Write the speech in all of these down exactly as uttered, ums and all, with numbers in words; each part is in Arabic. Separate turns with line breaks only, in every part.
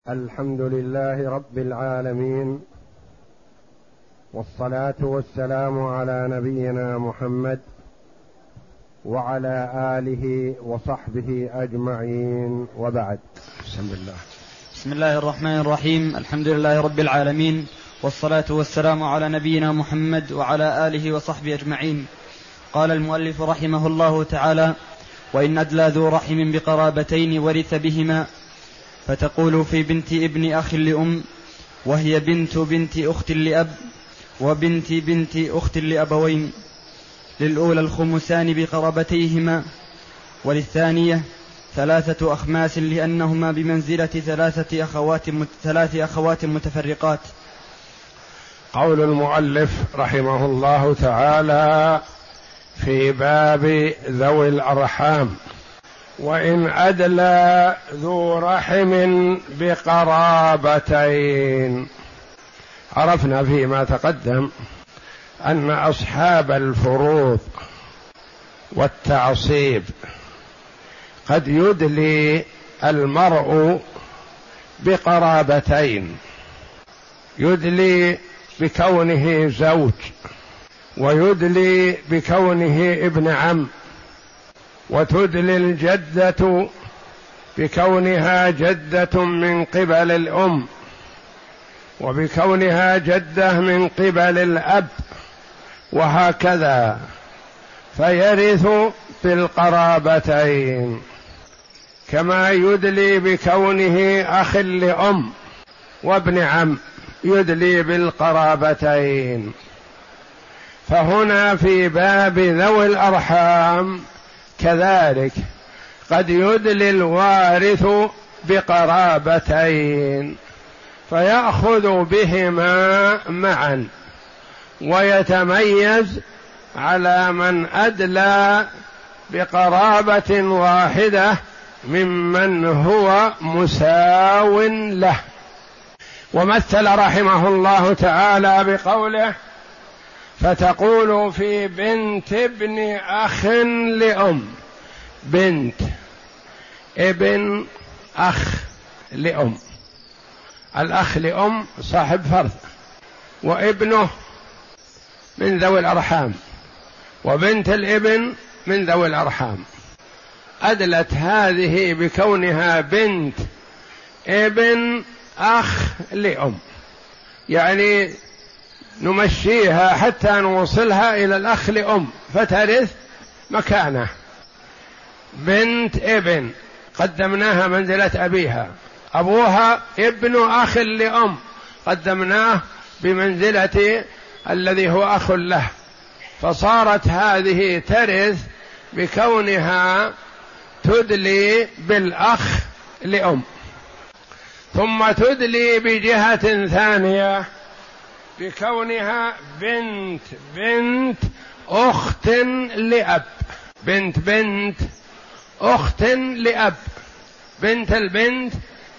الحمد لله رب العالمين، والصلاة والسلام على نبينا محمد وعلى آله وصحبه أجمعين، وبعد. بسم الله
بسم الله الرحمن الرحيم. الحمد لله رب العالمين، والصلاة والسلام على نبينا محمد وعلى آله وصحبه أجمعين. قال المؤلف رحمه الله تعالى: وإن أدلى ذو رحم بقرابتين ورث بهما، فتقول في بنت ابن أخ لأم، وهي بنت بنت أخت لأب، وبنت بنت أخت لأبوين. للأولى الخمسان بقرابتيهما، وللثانية ثلاثة أخماس لأنهما بمنزلة ثلاثة أخوات ثلاث أخوات متفرقات.
قول المؤلف رحمه الله تعالى في باب ذوي الأرحام: وإن أدلى ذو رحم بقرابتين. عرفنا فيما تقدم أن أصحاب الفروض والتعصيب قد يدلي المرء بقرابتين، يدلي بكونه زوج، ويدلي بكونه ابن عم، وتدلي الجدة بكونها جدة من قبل الأم، وبكونها جدة من قبل الأب، وهكذا، فيرث بالقرابتين، كما يدلي بكونه أخ لأم وابن عم يدلي بالقرابتين. فهنا في باب ذوي الأرحام كذلك قد يدلي الوارث بقرابتين، فيأخذ بهما معا، ويتميز على من أدلى بقرابة واحدة ممن هو مساو له. ومثل رحمه الله تعالى بقوله: فتقول في بنت ابن أخ لأم. بنت ابن أخ لأم، الأخ لأم صاحب فرض، وابنه من ذوي الأرحام، وبنت الابن من ذوي الأرحام. أدلت هذه بكونها بنت ابن أخ لأم، يعني نمشيها حتى نوصلها إلى الأخ لأم فترث مكانه. بنت ابن قدمناها منزلة أبيها، أبوها ابن أخ لأم قدمناه بمنزلة الذي هو أخ له، فصارت هذه ترث بكونها تدلي بالأخ لأم. ثم تدلي بجهة ثانية بكونها بنت بنت أخت لأب، بنت بنت أخت لأب. بنت البنت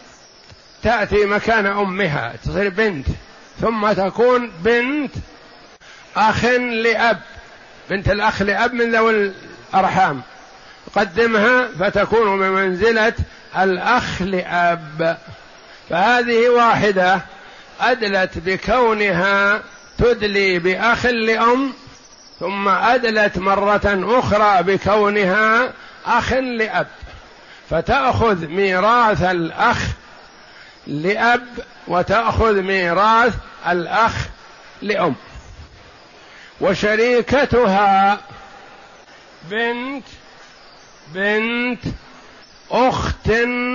تأتي مكان أمها تصير بنت، ثم تكون بنت أخ لأب، بنت الأخ لأب من ذوي الأرحام، قدمها فتكون بمنزلة الأخ لأب. فهذه واحدة أدلت بكونها تدلي بأخ لأم، ثم أدلت مرة أخرى بكونها أخ لأب، فتأخذ ميراث الأخ لأب وتأخذ ميراث الأخ لأم. وشريكتها بنت بنت أخت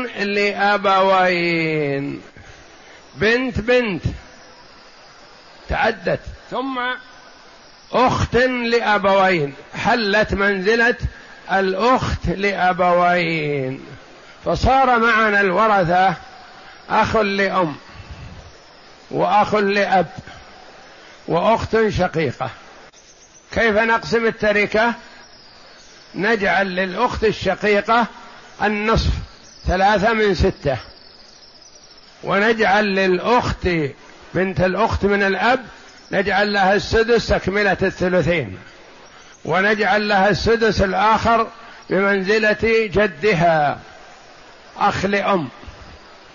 لأبوين. بنت بنت تعدت، ثم أخت لأبوين حلت منزلة الأخت لأبوين، فصار معنا الورثة أخ لأم وأخ لأب وأخت شقيقة. كيف نقسم التركة؟ نجعل للأخت الشقيقة النصف، ثلاثة من ستة، ونجعل للأخت بنت الأخت من الأب نجعل لها السدس تكملة الثلثين، ونجعل لها السدس الآخر بمنزلة جدها أخ لأم.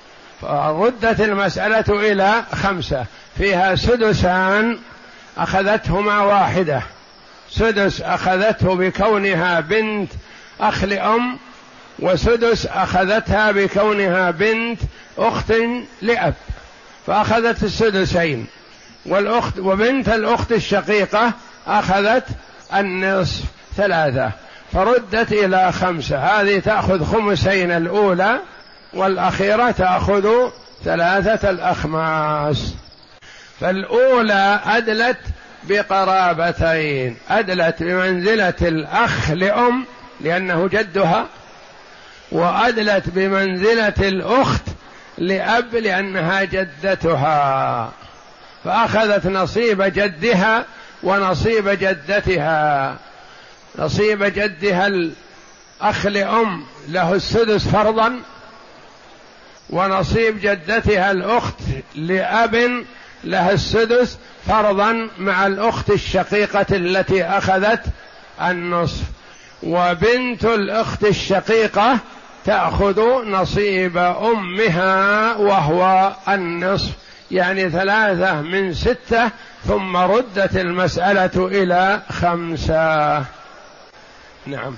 فردت المسألة إلى خمسة، فيها سدسان أخذتهما واحدة، سدس أخذته بكونها بنت أخ لأم، وسدس أخذتها بكونها بنت أخت لأب، فأخذت السدسين، والأخت وبنت الأخت الشقيقة أخذت النصف ثلاثة، فردت إلى خمسة. هذه تأخذ خمسين الأولى، والأخيرة تأخذ ثلاثة الأخماس. فالأولى أدلت بقرابتين، أدلت بمنزلة الأخ لأم لأنه جدها، وأدلت بمنزلة الأخت لأب لأنها جدتها، فأخذت نصيب جدها ونصيب جدتها. نصيب جدها الأخ لأم له السدس فرضا، ونصيب جدتها الأخت لأب لها السدس فرضا مع الأخت الشقيقة التي أخذت النصف، وبنت الأخت الشقيقة تأخذ نصيب أمها وهو النصف، يعني ثلاثة من ستة، ثم ردت المسألة إلى خمسة. نعم.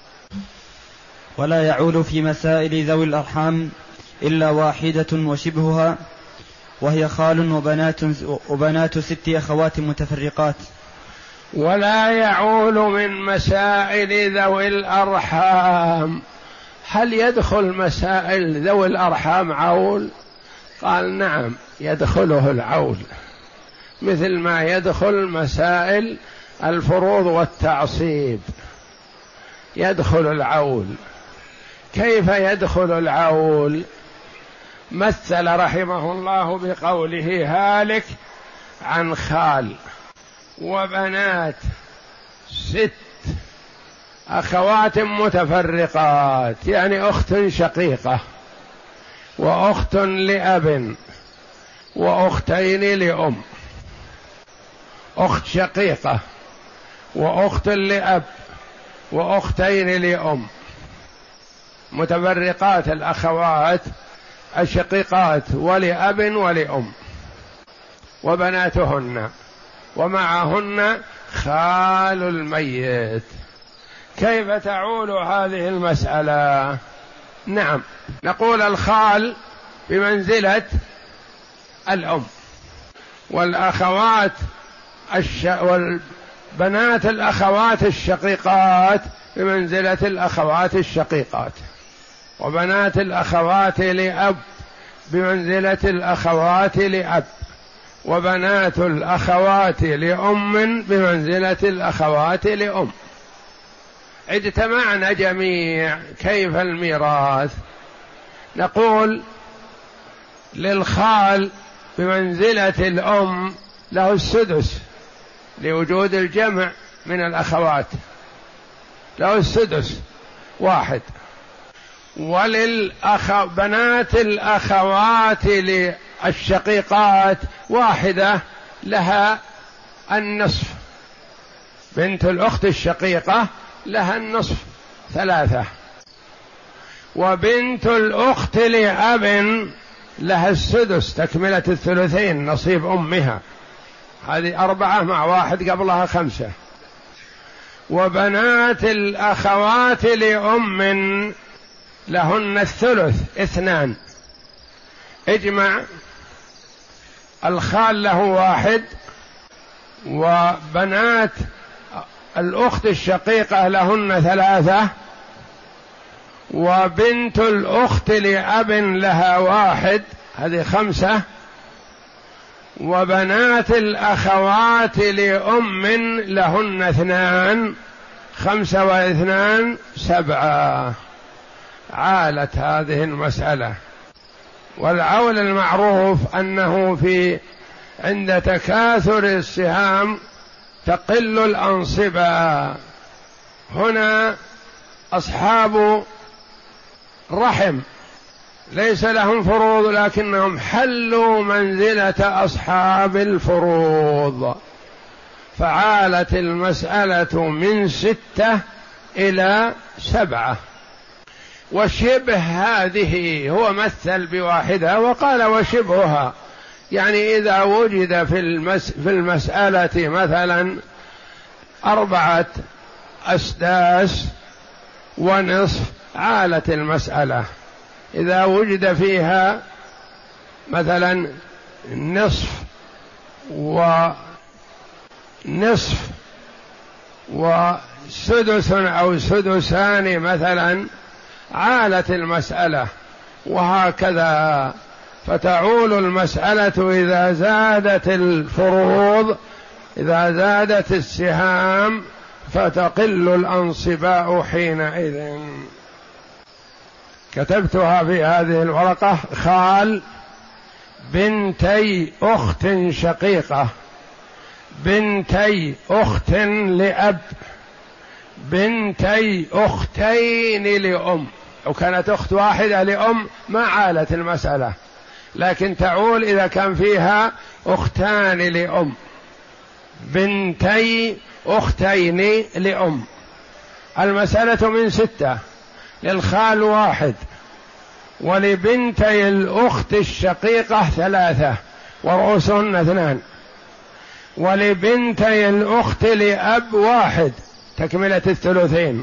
ولا يعول في مسائل ذوي الأرحام إلا واحدة وشبهها، وهي خال وبنات, وبنات ست أخوات متفرقات.
ولا يعول من مسائل ذوي الأرحام. هل يدخل مسائل ذوي الأرحام عول؟ قال نعم يدخله العول، مثل ما يدخل مسائل الفروض والتعصيب يدخل العول. كيف يدخل العول؟ مثل رحمه الله بقوله هالك عن خال وبنات ست أخوات متفرقات، يعني أخت شقيقة وأخت لأب وأختين لأم، أخت شقيقة وأخت لأب وأختين لأم، متفرقات الأخوات الشقيقات ولأب ولأم، وبناتهن ومعهن خال الميت. كيف تعول هذه المسألة؟ نعم، نقول الخال بمنزلة الأم، والأخوات الش... والبنات الأخوات الشقيقات بمنزلة الأخوات الشقيقات، وبنات الأخوات لأب بمنزلة الأخوات لأب، وبنات الأخوات لأم بمنزلة الأخوات لأم. اجتمعنا جميع، كيف الميراث؟ نقول للخال بمنزلة الأم له السدس لوجود الجمع من الأخوات، له السدس واحد، وللأخ بنات الأخوات للشقيقات واحدة لها النصف، بنت الأخت الشقيقة لها النصف ثلاثة، وبنت الأخت لأب لها السدس تكملة الثلثين نصيب أمها، هذه أربعة مع واحد قبلها خمسة، وبنات الأخوات لأم لهن الثلث اثنان. اجمع الخال له واحد، وبنات الأخت الشقيقة لهن ثلاثة، وبنت الأخت لأب لها واحد، هذه خمسة، وبنات الأخوات لأم لهن اثنان، خمسة واثنان سبعة. عالت هذه المسألة. والعول المعروف أنه في عند تكاثر السهام تقل الأنصبة. هنا أصحاب رحم ليس لهم فروض لكنهم حلوا منزلة أصحاب الفروض، فعالت المسألة من ستة إلى سبعة. وشبه هذه، هو مثل بواحدة وقال وشبهها، يعني إذا وجد في, المس في المسألة مثلا أربعة أسداس ونصف عالت المسألة. إذا وجد فيها مثلا نصف ونصف وسدس أو سدسان مثلا عالت المسألة، وهكذا. فتعول المسألة إذا زادت الفروض، إذا زادت السهام فتقل الأنصباء حينئذ. كتبتها في هذه الورقة: خال بنتي أخت شقيقة، بنتي أخت لأب، بنتي أختين لأم. لو كانت أخت واحدة لأم ما عالت المسألة، لكن تعول إذا كان فيها أختان لأم. بنتي أختين لأم، المسألة من ستة، للخال واحد، ولبنتي الأخت الشقيقة ثلاثة ورؤوسهن اثنان، ولبنتي الأخت لأب واحد تكملة الثلثين،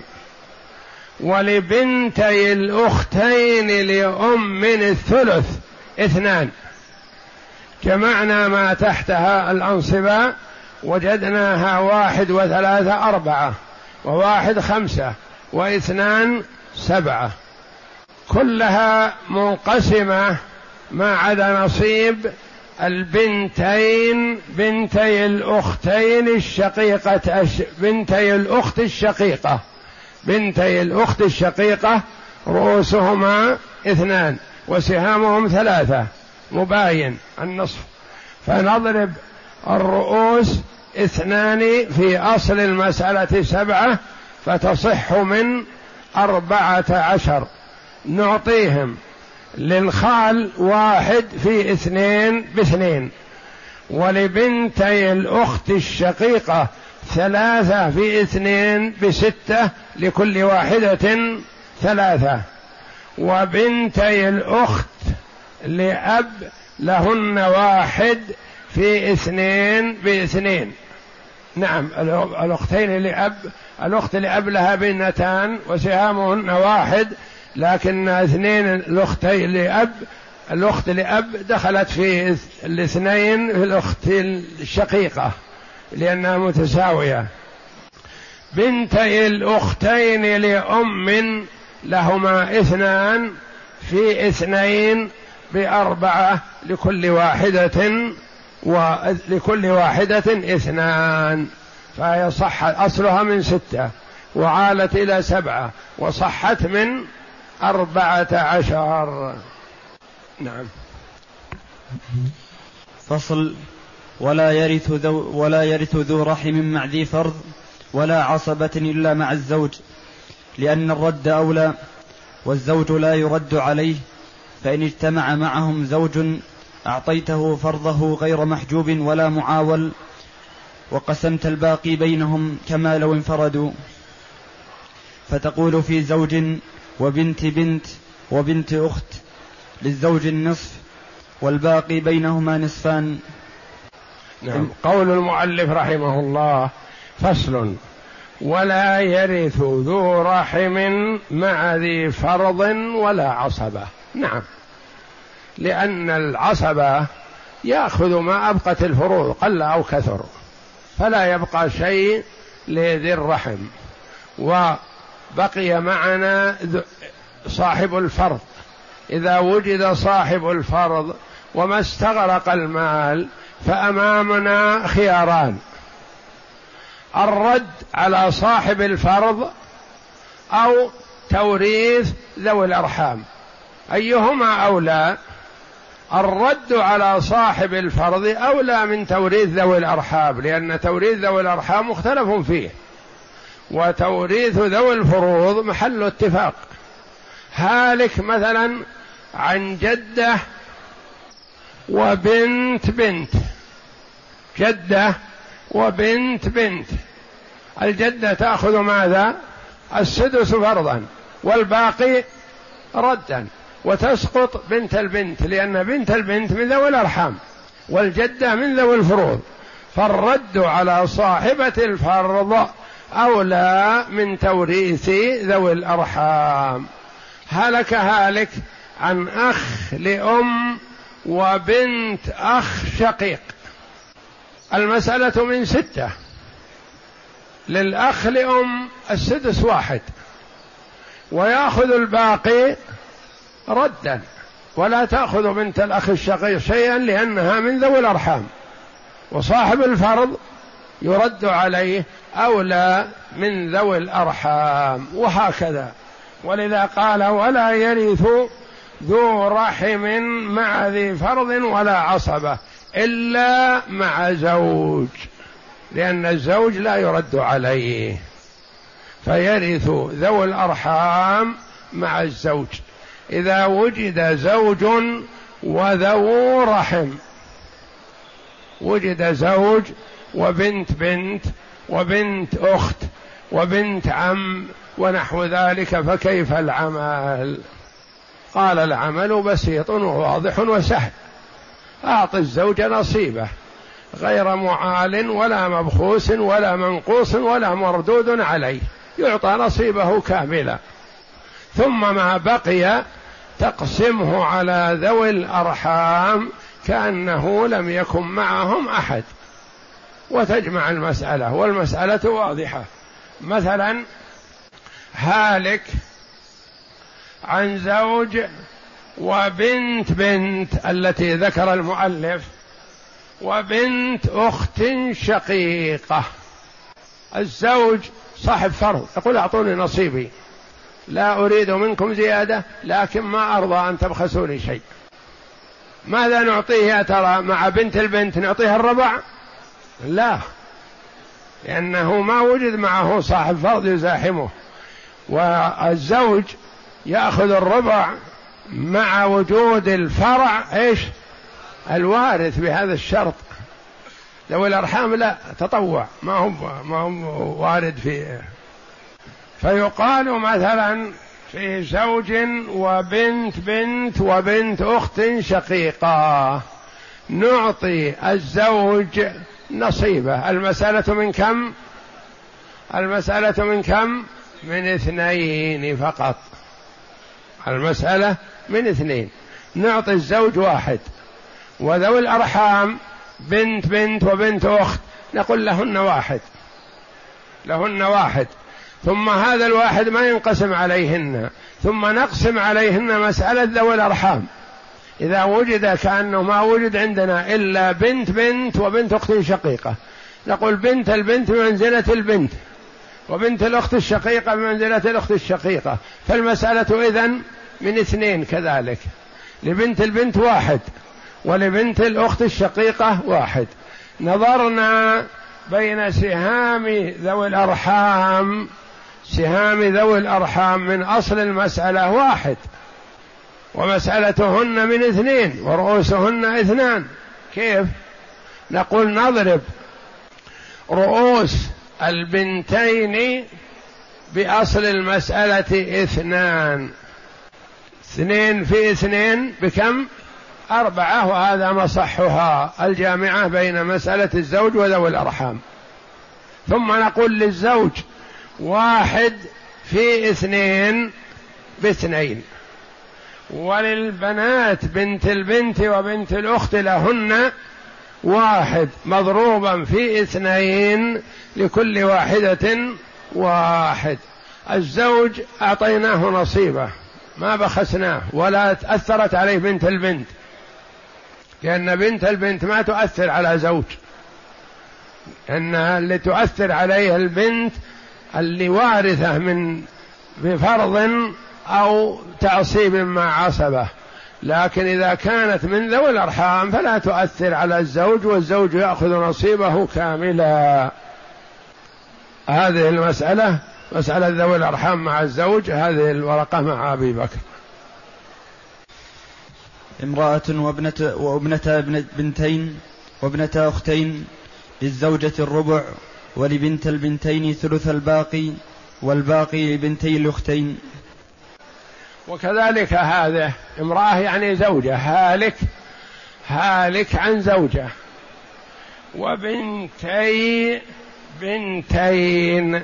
ولبنتي الأختين لأم من الثلث اثنان. جمعنا ما تحتها الأنصبة وجدناها واحد وثلاثة أربعة، وواحد خمسة، واثنان سبعة، كلها منقسمة ما عدا نصيب البنتين، بنتي الأختين الشقيقة، بنتي الأخت الشقيقة، بنتي الأخت الشقيقة رؤوسهما اثنان وسهامهم ثلاثة، مباين النصف. فنضرب الرؤوس اثنان في أصل المسألة سبعة، فتصح من أربعة عشر. نعطيهم للخال واحد في اثنين باثنين، ولبنتي الأخت الشقيقة ثلاثة في اثنين بستة، لكل واحدة ثلاثة، وبنتي الأخت لأب لهن واحد في اثنين باثنين. نعم، الأختين لأب، الأخت لأب لها بنتان وسهامهن واحد، لكن اثنين الأختين لأب، الأخت لأب دخلت في الاثنين في الأخت الشقيقة لأنها متساوية. بنتي الأختين لأم لهما اثنان في اثنين بأربعة، لكل واحدة ولكل واحدة اثنان، فهي صح أصلها من ستة وعالت إلى سبعة وصحت من أربعة عشر. نعم.
فصل: ولا يرث ذو ولا يرث ذو رحم مع ذي فرض ولا عصبة إلا مع الزوج، لأن الرد أولى، والزوج لا يرد عليه، فإن اجتمع معهم زوج أعطيته فرضه غير محجوب ولا معاول، وقسمت الباقي بينهم كما لو انفردوا، فتقول في زوج وبنت بنت وبنت أخت للزوج النصف، والباقي بينهما نصفان.
نعم. قول المؤلف رحمه الله: فصل: ولا يرث ذو رحم مع ذي فرض ولا عصبة. نعم، لأن العصبة يأخذ ما أبقت الفروض قل أو كثر، فلا يبقى شيء لذي الرحم. وبقي معنا صاحب الفرض، إذا وجد صاحب الفرض وما استغرق المال فأمامنا خياران: الرد على صاحب الفرض أو توريث ذوي الأرحام. أيهما أولى؟ الرد على صاحب الفرض أولى من توريث ذوي الأرحام، لأن توريث ذوي الأرحام مختلف فيه، وتوريث ذوي الفروض محل اتفاق. هالك مثلا عن جدة وبنت بنت، جدة وبنت بنت، الجدة تأخذ ماذا؟ السدس فرضا، والباقي ردا، وتسقط بنت البنت، لأن بنت البنت من ذوي الأرحام والجدة من ذوي الفروض، فالرد على صاحبة الفرض أولى من توريث ذوي الأرحام. هلك هالك عن أخ لأم وبنت أخ شقيق، المسألة من ستة، للأخ لأم السدس واحد، ويأخذ الباقي ردا، ولا تأخذ بنت الأخ الشقيق شيئا لأنها من ذوي الأرحام، وصاحب الفرض يرد عليه أولى من ذوي الأرحام، وهكذا. ولذا قال ولا يرث ذو رحم مع ذي فرض ولا عصبة إلا مع زوج، لأن الزوج لا يرد عليه، فيرث ذوي الأرحام مع الزوج إذا وجد زوج وذو رحم، وجد زوج وبنت بنت وبنت أخت وبنت عم ونحو ذلك، فكيف العمل؟ قال العمل بسيط وواضح وسهل، أعط الزوج نصيبه غير معال ولا مبخوس ولا منقوص ولا مردود عليه، يعطى نصيبه كاملا، ثم ما بقي تقسمه على ذوي الأرحام كأنه لم يكن معهم أحد، وتجمع المسألة، والمسألة واضحة. مثلا هالك عن زوج وبنت بنت التي ذكر المؤلف وبنت أخت شقيقة، الزوج صاحب فرض يقول أعطوني نصيبي، لا أريد منكم زيادة لكن ما أرضى أن تبخسوني شيء. ماذا نعطيه يا ترى؟ مع بنت البنت نعطيها الربع؟ لا، لأنه ما وجد معه صاحب فرض يزاحمه، والزوج يأخذ الربع مع وجود الفرع ايش؟ الوارث بهذا الشرط. ذوي الأرحام لا، تطوع، ما هم ما هم وارد فيه. فيقال مثلا في زوج وبنت بنت وبنت أخت شقيقة، نعطي الزوج نصيبه. المسألة من كم؟ المسألة من كم؟ من اثنين فقط، المسألة من اثنين، نعطي الزوج واحد، وذوي الأرحام بنت بنت وبنت أخت نقول لهن واحد، لهن واحد، ثم هذا الواحد ما ينقسم عليهن، ثم نقسم عليهن مسألة ذوي الأرحام. إذا وجد كأنه ما وجد عندنا إلا بنت بنت وبنت أخت شقيقة، نقول بنت البنت بمنزلة البنت، وبنت الأخت الشقيقة بمنزلة الأخت الشقيقة، فالمسألة إذن من اثنين كذلك، لبنت البنت واحد ولبنت الأخت الشقيقة واحد. نظرنا بين سهام ذوي الأرحام، سهام ذوي الأرحام من أصل المسألة واحد، ومسألتهن من اثنين ورؤوسهن اثنان، كيف؟ نقول نضرب رؤوس البنتين بأصل المسألة اثنان، اثنين في اثنين بكم؟ أربعة، وهذا مصحها الجامعة بين مسألة الزوج وذوي الأرحام. ثم نقول للزوج واحد في اثنين باثنين، وللبنات بنت البنت وبنت الأخت لهن واحد مضروبا في اثنين، لكل واحدة واحد. الزوج أعطيناه نصيبه ما بخسناه ولا تأثرت عليه بنت البنت، لأن بنت البنت ما تؤثر على زوج، إنها اللي تؤثر عليه البنت اللي وارثة من بفرض أو تعصيب مع عصبة، لكن إذا كانت من ذوي الأرحام فلا تؤثر على الزوج، والزوج يأخذ نصيبه كاملا. هذه المسألة مسألة ذوي الأرحام مع الزوج، هذه الورقة مع أبي بكر.
امرأة وابنة وابنة بنتين وابنة أختين، للزوجة الربع، ولبنت البنتين ثلث الباقي، والباقي لبنتي الأختين.
وكذلك هذا امرأة يعني زوجة، هالك هالك عن زوجة، وبنتي بنتين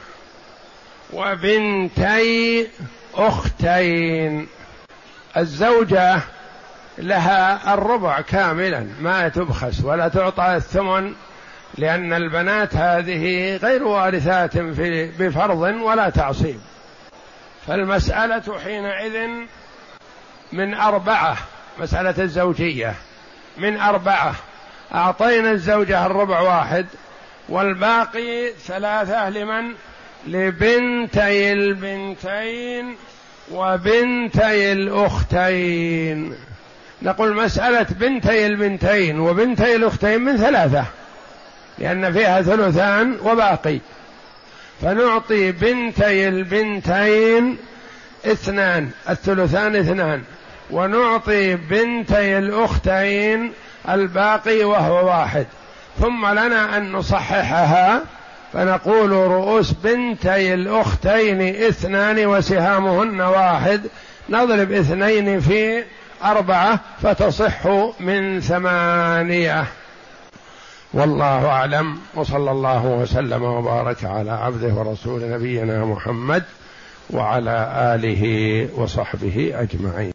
وبنتي أختين. الزوجة لها الربع كاملا ما تبخس ولا تعطى الثمن، لأن البنات هذه غير وارثات في بفرض ولا تعصيب. فالمسألة حينئذ من أربعة، مسألة الزوجية من أربعة، أعطينا الزوجة الربع واحد والباقي ثلاثة لمن؟ لبنتي البنتين وبنتي الأختين. نقول مسألة بنتي البنتين وبنتي الأختين من ثلاثة، لأن فيها ثلثان وباقي، فنعطي بنتي البنتين اثنان، الثلثان اثنان، ونعطي بنتي الأختين الباقي وهو واحد. ثم لنا أن نصححها فنقول رؤوس بنتي الأختين اثنان وسهامهن واحد، نضرب اثنين في أربعة فتصح من ثمانية. والله أعلم، وصلى الله وسلم وبارك على عبده ورسول نبينا محمد وعلى آله وصحبه أجمعين.